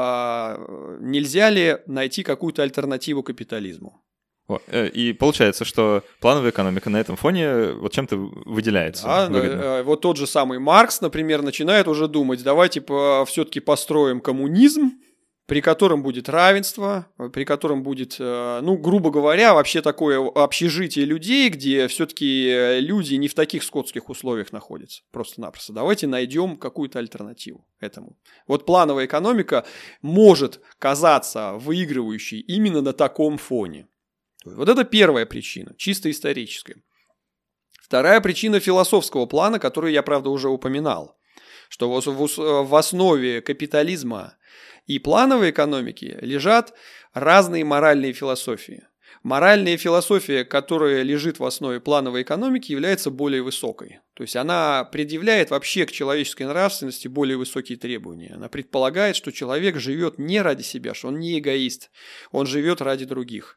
нельзя ли найти какую-то альтернативу капитализму. И получается, что плановая экономика на этом фоне вот чем-то выделяется. Да, вот тот же самый Маркс, например, начинает уже думать, давайте все-таки построим коммунизм, при котором будет равенство, при котором будет, ну, грубо говоря, вообще такое общежитие людей, где все-таки люди не в таких скотских условиях находятся. Просто-напросто. Давайте найдем какую-то альтернативу этому. Вот плановая экономика может казаться выигрывающей именно на таком фоне. Вот это первая причина, чисто историческая. Вторая причина философского плана, которую я, правда, уже упоминал, что в основе капитализма и плановой экономики лежат разные моральные философии. Моральная философия, которая лежит в основе плановой экономики, является более высокой. То есть она предъявляет вообще к человеческой нравственности более высокие требования. Она предполагает, что человек живет не ради себя, что он не эгоист, он живет ради других.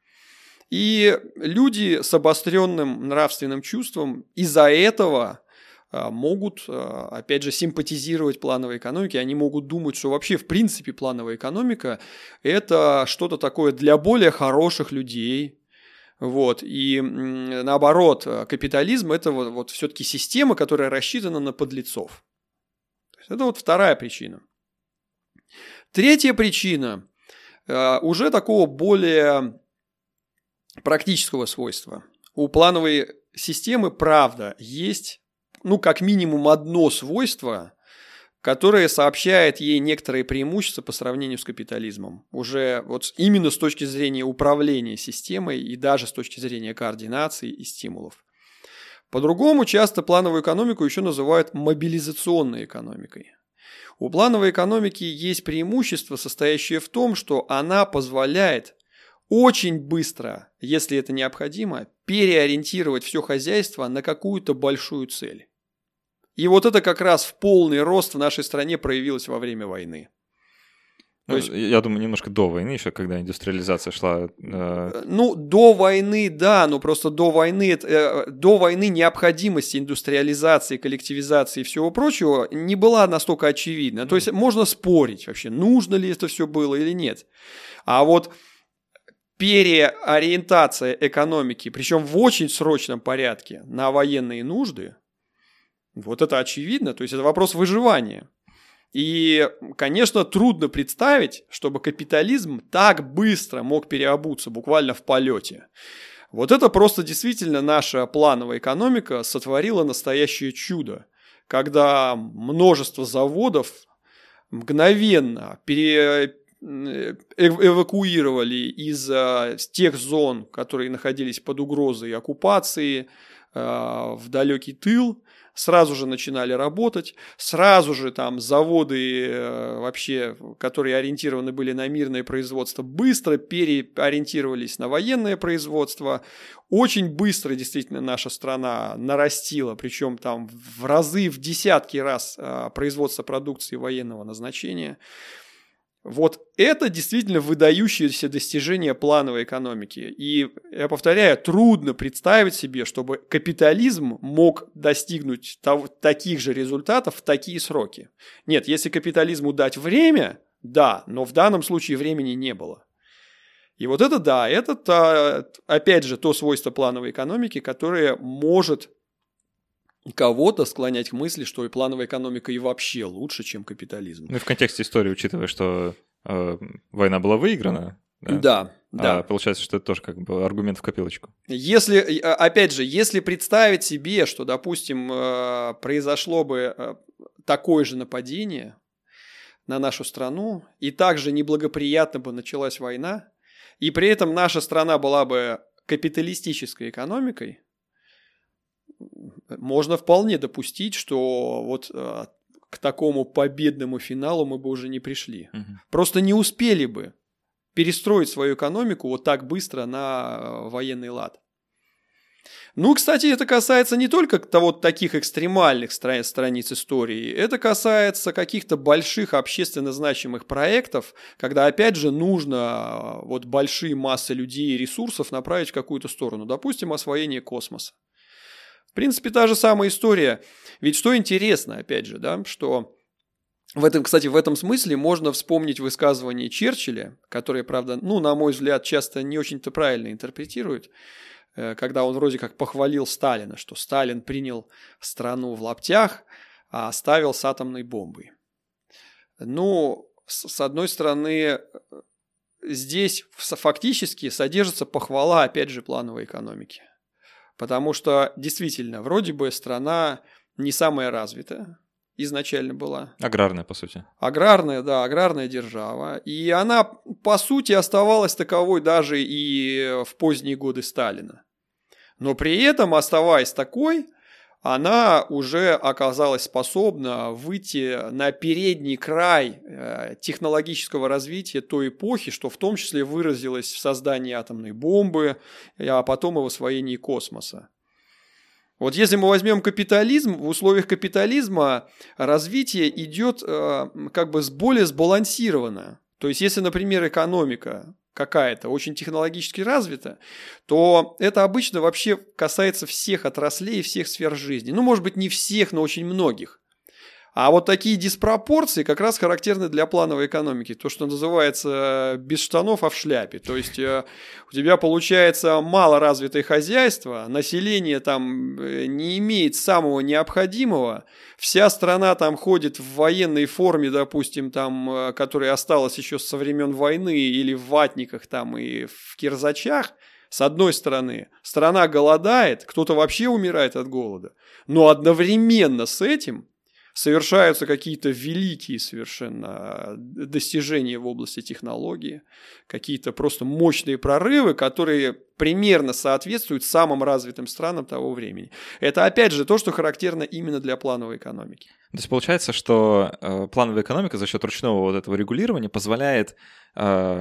И люди с обостренным нравственным чувством из-за этого могут, опять же, симпатизировать плановой экономике, они могут думать, что вообще в принципе плановая экономика – это что-то такое для более хороших людей. Вот. И наоборот, капитализм – это вот, вот все-таки система, которая рассчитана на подлецов. Это вот вторая причина. Третья причина уже такого более практического свойства. У плановой системы, правда, есть, ну, как минимум одно свойство, которое сообщает ей некоторые преимущества по сравнению с капитализмом. Уже вот именно с точки зрения управления системой и даже с точки зрения координации и стимулов. По-другому часто плановую экономику еще называют мобилизационной экономикой. У плановой экономики есть преимущество, состоящее в том, что она позволяет очень быстро, если это необходимо, переориентировать все хозяйство на какую-то большую цель. И вот это как раз в полный рост в нашей стране проявилось во время войны. Ну, есть, я думаю, немножко до войны еще, когда индустриализация шла. Э... Ну, до войны, да, но просто до войны, э, до войны необходимость индустриализации, коллективизации и всего прочего не была настолько очевидна. То есть можно спорить вообще, нужно ли это все было или нет. А вот переориентация экономики, причем в очень срочном порядке, на военные нужды, вот это очевидно, то есть это вопрос выживания. И, конечно, трудно представить, чтобы капитализм так быстро мог переобуться, буквально в полете. Вот это просто действительно наша плановая экономика сотворила настоящее чудо, когда множество заводов мгновенно пере... эвакуировали из тех зон, которые находились под угрозой оккупации, в далекий тыл, сразу же начинали работать, сразу же там заводы вообще, которые ориентированы были на мирное производство, быстро переориентировались на военное производство. Очень быстро действительно наша страна нарастила, причем там в разы, в десятки раз производство продукции военного назначения. Вот это действительно выдающееся достижение плановой экономики. И, я повторяю, трудно представить себе, чтобы капитализм мог достигнуть того, таких же результатов в такие сроки. Нет, если капитализму дать время, да, но в данном случае времени не было. И вот это да, это опять же то свойство плановой экономики, которое может кого-то склонять к мысли, что и плановая экономика и вообще лучше, чем капитализм. Ну и в контексте истории, учитывая, что э, война была выиграна, да, да, да. А получается, что это тоже как бы аргумент в копилочку. Если, опять же, если представить себе, что, допустим, произошло бы такое же нападение на нашу страну, и также неблагоприятно бы началась война, и при этом наша страна была бы капиталистической экономикой, можно вполне допустить, что вот э, к такому победному финалу мы бы уже не пришли. Угу. Просто не успели бы перестроить свою экономику вот так быстро на э, военный лад. Ну, кстати, это касается не только того, таких экстремальных стра- страниц истории, это касается каких-то больших общественно значимых проектов, когда, опять же, нужно вот большие массы людей и ресурсов направить в какую-то сторону. Допустим, освоение космоса. В принципе, та же самая история. Ведь что интересно, опять же, да, что в этом, кстати, в этом смысле можно вспомнить высказывание Черчилля, которое, правда, ну, на мой взгляд, часто не очень-то правильно интерпретируют, когда он вроде как похвалил Сталина, что Сталин принял страну в лаптях, а оставил с атомной бомбой. Ну, с одной стороны, здесь фактически содержится похвала, опять же, плановой экономики. Потому что, действительно, вроде бы страна не самая развитая изначально была. Аграрная, по сути. Аграрная, да, аграрная держава. И она, по сути, оставалась таковой даже и в поздние годы Сталина. Но при этом, оставаясь такой, она уже оказалась способна выйти на передний край технологического развития той эпохи, что в том числе выразилось в создании атомной бомбы, а потом и в освоении космоса. Вот если мы возьмем капитализм, в условиях капитализма развитие идет как бы более сбалансированно. То есть если, например, экономика какая-то очень технологически развита, то это обычно вообще касается всех отраслей и всех сфер жизни. Ну, может быть, не всех, но очень многих. А вот такие диспропорции как раз характерны для плановой экономики. То, что называется без штанов, а в шляпе. То есть у тебя получается малоразвитое хозяйство, население там не имеет самого необходимого, вся страна там ходит в военной форме, допустим, там, которая осталась еще со времен войны, или в ватниках там и в кирзачах. С одной стороны, страна голодает, кто-то вообще умирает от голода, но одновременно с этим совершаются какие-то великие совершенно достижения в области технологии, какие-то просто мощные прорывы, которые примерно соответствуют самым развитым странам того времени. Это, опять же, то, что характерно именно для плановой экономики. То есть получается, что э, плановая экономика за счет ручного вот этого регулирования позволяет, э,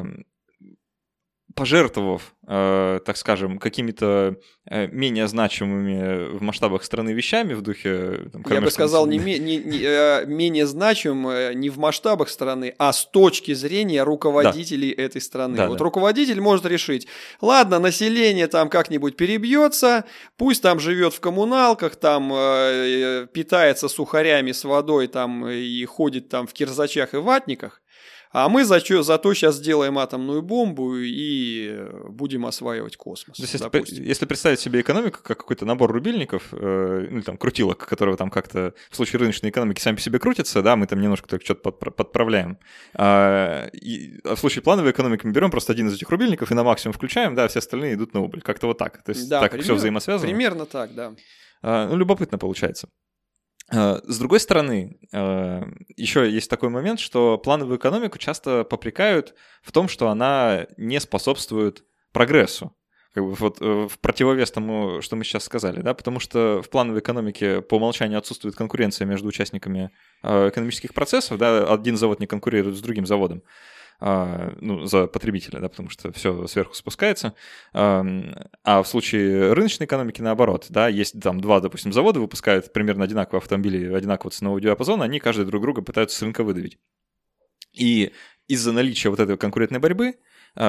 пожертвовав, э, так скажем, какими-то э, менее значимыми в масштабах страны вещами в духе... Там, Я бы сказал, не, не, не, э, менее значимым э, не в масштабах страны, а с точки зрения руководителей да. этой страны. Да, вот да. руководитель может решить, ладно, население там как-нибудь перебьется, пусть там живет в коммуналках, там э, питается сухарями с водой там, и ходит там в кирзачах и ватниках, А мы зато, зато сейчас сделаем атомную бомбу и будем осваивать космос. То есть, если, если представить себе экономику как какой-то набор рубильников, э, ну, там, крутилок, которые там как-то в случае рыночной экономики сами по себе крутятся, да, мы там немножко только что-то подправляем. А, и, а в случае плановой экономики мы берем просто один из этих рубильников и на максимум включаем, да, все остальные идут на убыль. Как-то вот так. То есть, да, так пример, все взаимосвязано. Примерно так, да. А, ну, любопытно получается. С другой стороны, еще есть такой момент, что плановую экономику часто попрекают в том, что она не способствует прогрессу. Как бы вот в противовес тому, что мы сейчас сказали, да, потому что в плановой экономике по умолчанию отсутствует конкуренция между участниками экономических процессов, да, один завод не конкурирует с другим заводом. Ну, за потребителя, да, потому что все сверху спускается. А в случае рыночной экономики наоборот, да, есть там два, допустим, завода выпускают примерно одинаковые автомобили, одинакового ценового диапазона, они каждый друг друга пытаются с рынка выдавить. И из-за наличия вот этой конкурентной борьбы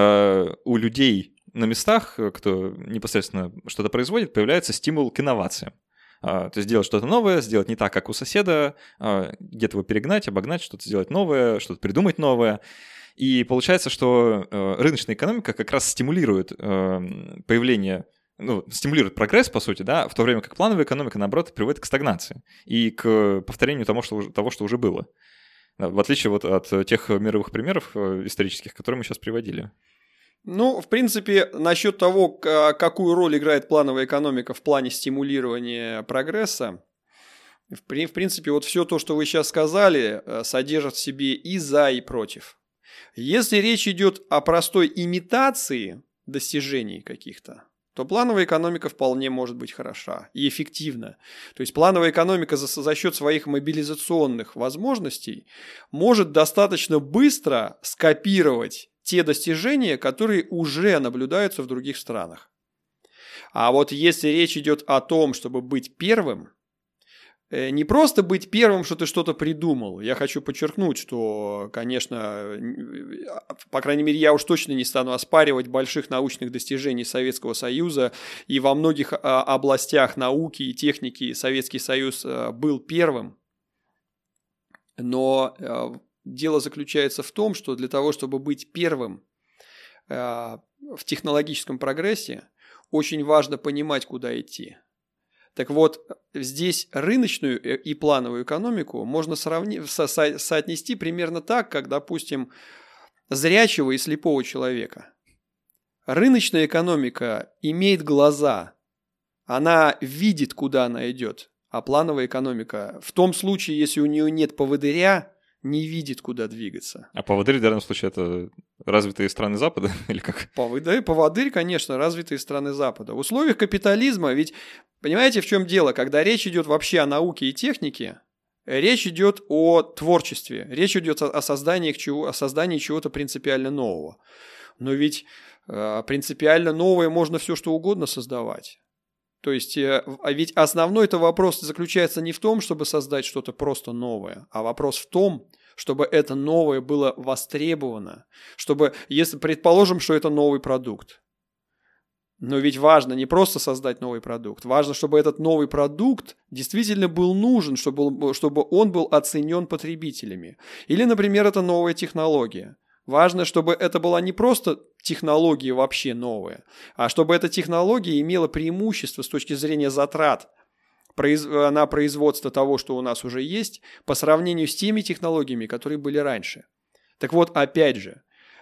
у людей на местах, кто непосредственно что-то производит, появляется стимул к инновациям. То есть сделать что-то новое, сделать не так, как у соседа, где-то его перегнать, обогнать, что-то сделать новое, что-то придумать новое. И получается, что э, рыночная экономика как раз стимулирует э, появление, ну, стимулирует прогресс, по сути, да, в то время как плановая экономика, наоборот, приводит к стагнации и к повторению того, что уже, того, что уже было. Да, в отличие вот от тех мировых примеров э, исторических, которые мы сейчас приводили. Ну, в принципе, насчет того, какую роль играет плановая экономика в плане стимулирования прогресса, в, в принципе, вот все то, что вы сейчас сказали, содержит в себе и за, и против. Если речь идет о простой имитации достижений каких-то, то плановая экономика вполне может быть хороша и эффективна. То есть плановая экономика за, за счет своих мобилизационных возможностей может достаточно быстро скопировать те достижения, которые уже наблюдаются в других странах. А вот если речь идет о том, чтобы быть первым, не просто быть первым, что ты что-то придумал. Я хочу подчеркнуть, что, конечно, по крайней мере, я уж точно не стану оспаривать больших научных достижений Советского Союза, и во многих областях науки и техники Советский Союз был первым. Но дело заключается в том, что для того, чтобы быть первым в технологическом прогрессе, очень важно понимать, куда идти. Так вот, здесь рыночную и плановую экономику можно сравнить, со, со, соотнести примерно так, как, допустим, зрячего и слепого человека. Рыночная экономика имеет глаза, она видит, куда она идет, а плановая экономика в том случае, если у нее нет поводыря, не видит, куда двигаться. А поводырь в данном случае это развитые страны Запада или как? Поводырь, поводырь, конечно, развитые страны Запада. В условиях капитализма, ведь понимаете, в чем дело? Когда речь идет вообще о науке и технике, речь идет о творчестве, речь идет о создании, чего, о создании чего-то принципиально нового. Но ведь э, принципиально новое можно все что угодно создавать. То есть, э, ведь основной-то вопрос заключается не в том, чтобы создать что-то просто новое, а вопрос в том, чтобы это новое было востребовано, чтобы, если предположим, что это новый продукт. Но ведь важно не просто создать новый продукт, важно, чтобы этот новый продукт действительно был нужен, чтобы, чтобы он был оценен потребителями. Или, например, это новая технология. Важно, чтобы это была не просто технология вообще новая, а чтобы эта технология имела преимущество с точки зрения затрат на производство того, что у нас уже есть, по сравнению с теми технологиями, которые были раньше. Так вот, опять же,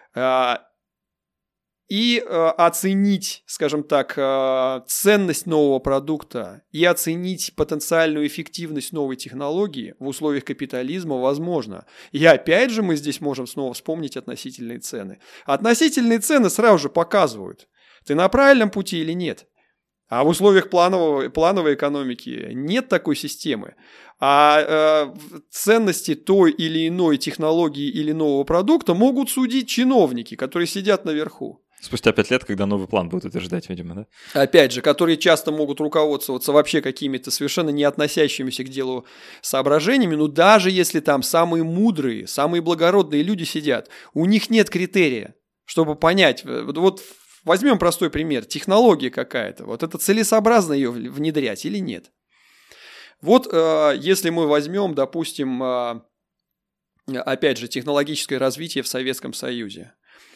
и оценить, скажем так, ценность нового продукта и оценить потенциальную эффективность новой технологии в условиях капитализма возможно. И опять же мы здесь можем снова вспомнить относительные цены. Относительные цены сразу же показывают, ты на правильном пути или нет. А в условиях планового, плановой экономики нет такой системы. А э, ценности той или иной технологии или нового продукта могут судить чиновники, которые сидят наверху. Спустя пять лет, когда новый план будут утверждать, видимо, да? Опять же, которые часто могут руководствоваться вообще какими-то совершенно не относящимися к делу соображениями, но даже если там самые мудрые, самые благородные люди сидят, у них нет критерия, чтобы понять, вот возьмем простой пример, технология какая-то, вот это целесообразно ее внедрять или нет. Вот э, если мы возьмем, допустим, э, опять же, технологическое развитие в Советском Союзе.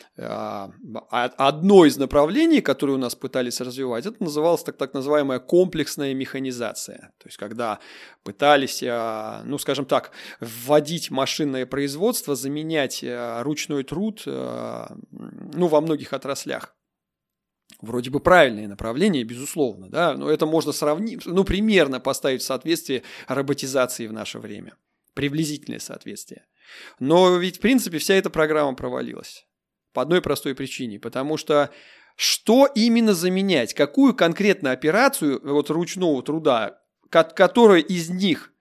Одно из направлений, которое у нас пытались развивать, это называлось так, так называемая комплексная механизация. То есть, когда пытались, ну, скажем так, вводить машинное производство, заменять ручной труд, ну, во многих отраслях. Вроде бы правильное направление, безусловно, да, но это можно сравнить, ну, примерно поставить в соответствие роботизации в наше время. Приблизительное соответствие. Но ведь, в принципе, вся эта программа провалилась. По одной простой причине. Потому что что именно заменять? Какую конкретно операцию вот, ручного труда, которая из них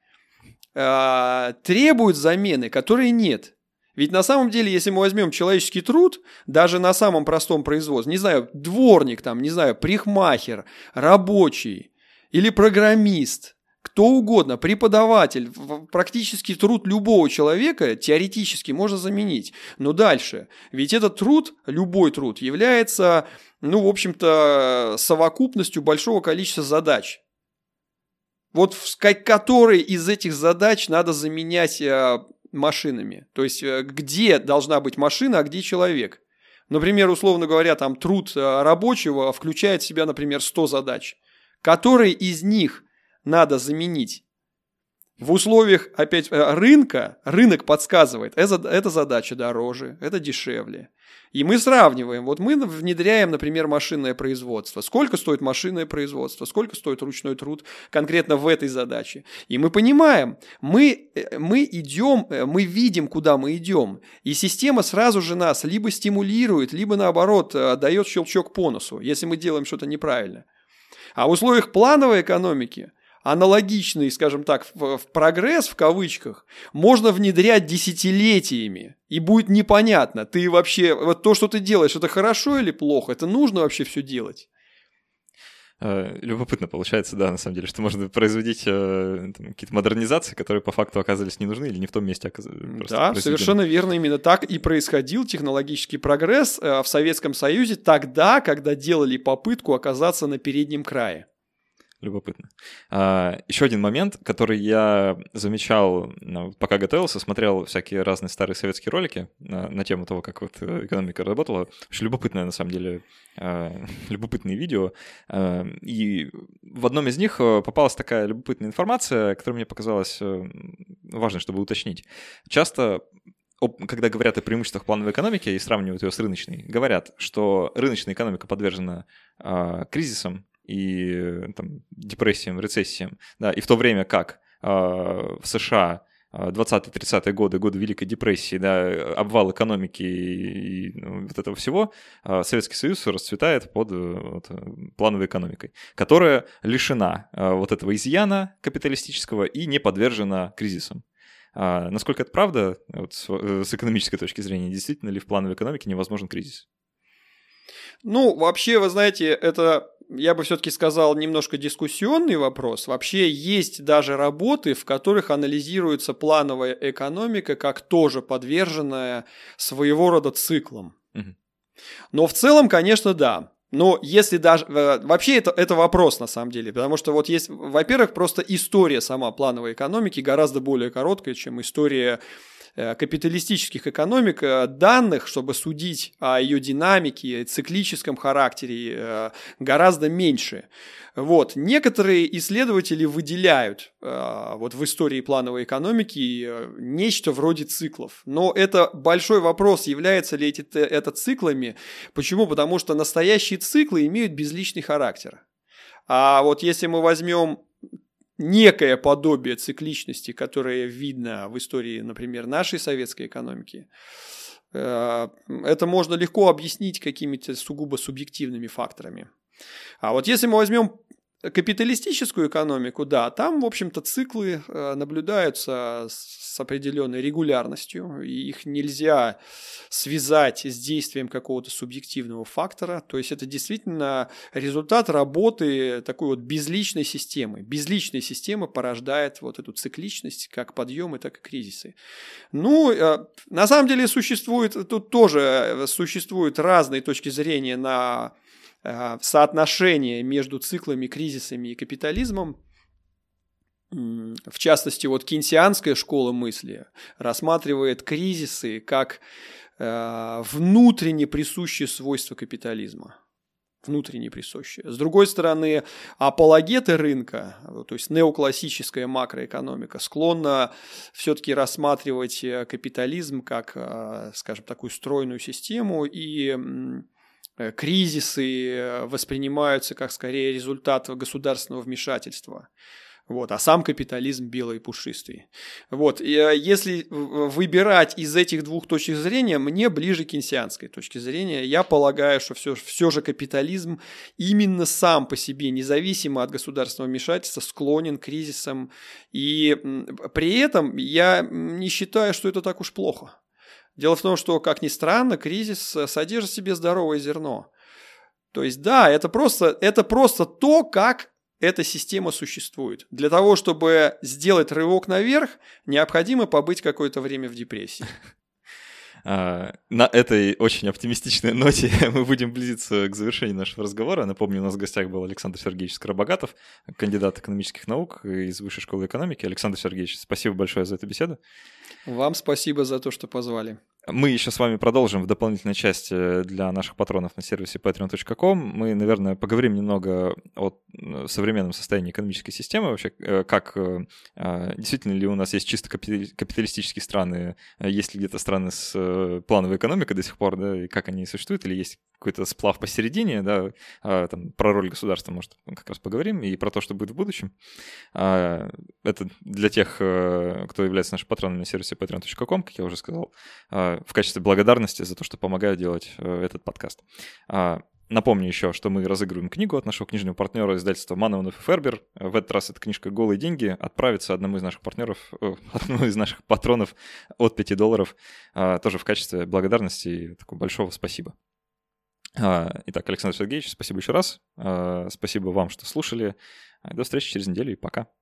э, требует замены, которой нет? Ведь на самом деле, если мы возьмем человеческий труд, даже на самом простом производстве, не знаю, дворник, там, не знаю, парикмахер, рабочий или программист, кто угодно, преподаватель, практически труд любого человека теоретически можно заменить. Но дальше, ведь этот труд, любой труд, является, ну, в общем-то, совокупностью большого количества задач. Вот которые из этих задач надо заменять машинами. То есть, где должна быть машина, а где человек. Например, условно говоря, там труд рабочего включает в себя, например, сто задач. Которые из них надо заменить? В условиях, опять, рынка, рынок подсказывает, эта, эта задача дороже, это дешевле. И мы сравниваем. Вот мы внедряем, например, машинное производство. Сколько стоит машинное производство, сколько стоит ручной труд конкретно в этой задаче. И мы понимаем, мы, мы идем, мы видим, куда мы идем. И система сразу же нас либо стимулирует, либо наоборот дает щелчок по носу, если мы делаем что-то неправильно. А в условиях плановой экономики аналогичный, скажем так, в, в прогресс, в кавычках, можно внедрять десятилетиями. И будет непонятно, ты вообще, вот то, что ты делаешь, это хорошо или плохо? Это нужно вообще все делать? Любопытно получается, да, на самом деле, что можно производить э, там, какие-то модернизации, которые по факту оказались не нужны или не в том месте оказались. Да, совершенно верно, именно так и происходил технологический прогресс э, в Советском Союзе тогда, когда делали попытку оказаться на переднем крае. Любопытно. А, еще один момент, который я замечал, ну, пока готовился, смотрел всякие разные старые советские ролики на, на тему того, как вот экономика работала. Очень любопытное, на самом деле, а, любопытные видео. А, и в одном из них попалась такая любопытная информация, которая мне показалась важной, чтобы уточнить. Часто, когда говорят о преимуществах плановой экономики и сравнивают ее с рыночной, говорят, что рыночная экономика подвержена а, кризисам, и там, депрессиям, рецессиям, да, и в то время как э, в США двадцатые-тридцатые годы, годы Великой депрессии, да, обвал экономики и, и ну, вот этого всего, э, Советский Союз расцветает под вот, плановой экономикой, которая лишена э, вот этого изъяна капиталистического и не подвержена кризисам. А насколько это правда, вот, с, с экономической точки зрения, действительно ли в плановой экономике невозможен кризис? Ну, вообще, вы знаете, это, я бы все-таки сказал, немножко дискуссионный вопрос. Вообще есть даже работы, в которых анализируется плановая экономика как тоже подверженная своего рода циклам. Угу. Но в целом, конечно, да. Но если даже... Вообще это, это вопрос на самом деле, потому что вот есть, во-первых, просто история сама плановой экономики гораздо более короткая, чем история капиталистических экономик, данных, чтобы судить о ее динамике, циклическом характере, гораздо меньше. Вот. Некоторые исследователи выделяют вот в истории плановой экономики нечто вроде циклов. Но это большой вопрос, являются ли эти, это циклами. Почему? Потому что настоящие циклы имеют безличный характер. А вот если мы возьмем некое подобие цикличности, которое видно в истории, например, нашей советской экономики, это можно легко объяснить какими-то сугубо субъективными факторами. А вот если мы возьмем капиталистическую экономику, да, там, в общем-то, циклы наблюдаются с определенной регулярностью, и их нельзя связать с действием какого-то субъективного фактора, то есть это действительно результат работы такой вот безличной системы. Безличная система порождает вот эту цикличность, как подъемы, так и кризисы. Ну, на самом деле существует, тут тоже существуют разные точки зрения на соотношение между циклами, кризисами и капитализмом. в частности, вот кейнсианская школа мысли рассматривает кризисы как э, внутренне присущие свойства капитализма. Внутренне присущие. С другой стороны, апологеты рынка, то есть неоклассическая макроэкономика, склонна все-таки рассматривать капитализм как, э, скажем, такую стройную систему, и э, кризисы воспринимаются как скорее результат государственного вмешательства. Вот, а сам капитализм белый и пушистый. Вот, и если выбирать из этих двух точек зрения, мне ближе к кейнсианской точке зрения. Я полагаю, что все, все же капитализм именно сам по себе, независимо от государственного вмешательства, склонен к кризисам. И при этом я не считаю, что это так уж плохо. Дело в том, что, как ни странно, кризис содержит в себе здоровое зерно. То есть, да, это просто, это просто то, как эта система существует. Для того, чтобы сделать рывок наверх, необходимо побыть какое-то время в депрессии. На этой очень оптимистичной ноте мы будем близиться к завершению нашего разговора. Напомню, у нас в гостях был Александр Сергеевич Скоробогатов, кандидат экономических наук из Высшей школы экономики. Александр Сергеевич, спасибо большое за эту беседу. Вам спасибо за то, что позвали. Мы еще с вами продолжим в дополнительной части для наших патронов на сервисе патреон точка ком. Мы, наверное, поговорим немного о современном состоянии экономической системы, вообще, как действительно ли у нас есть чисто капиталистические страны, есть ли где-то страны с плановой экономикой до сих пор, да, и как они существуют, или есть какой-то сплав посередине, да, там, про роль государства, может, как раз поговорим, и про то, что будет в будущем. Это для тех, кто является нашим патроном на сервисе патреон точка ком, как я уже сказал, в качестве благодарности за то, что помогают делать этот подкаст. Напомню еще, что мы разыгрываем книгу от нашего книжного партнера издательства Манованов и Фербер. В этот раз эта книжка «Голые деньги» отправится одному из наших партнеров, одному из наших патронов от пяти долларов, тоже в качестве благодарности и такого большого спасибо. Итак, Александр Сергеевич, спасибо еще раз. Спасибо вам, что слушали. До встречи через неделю и пока.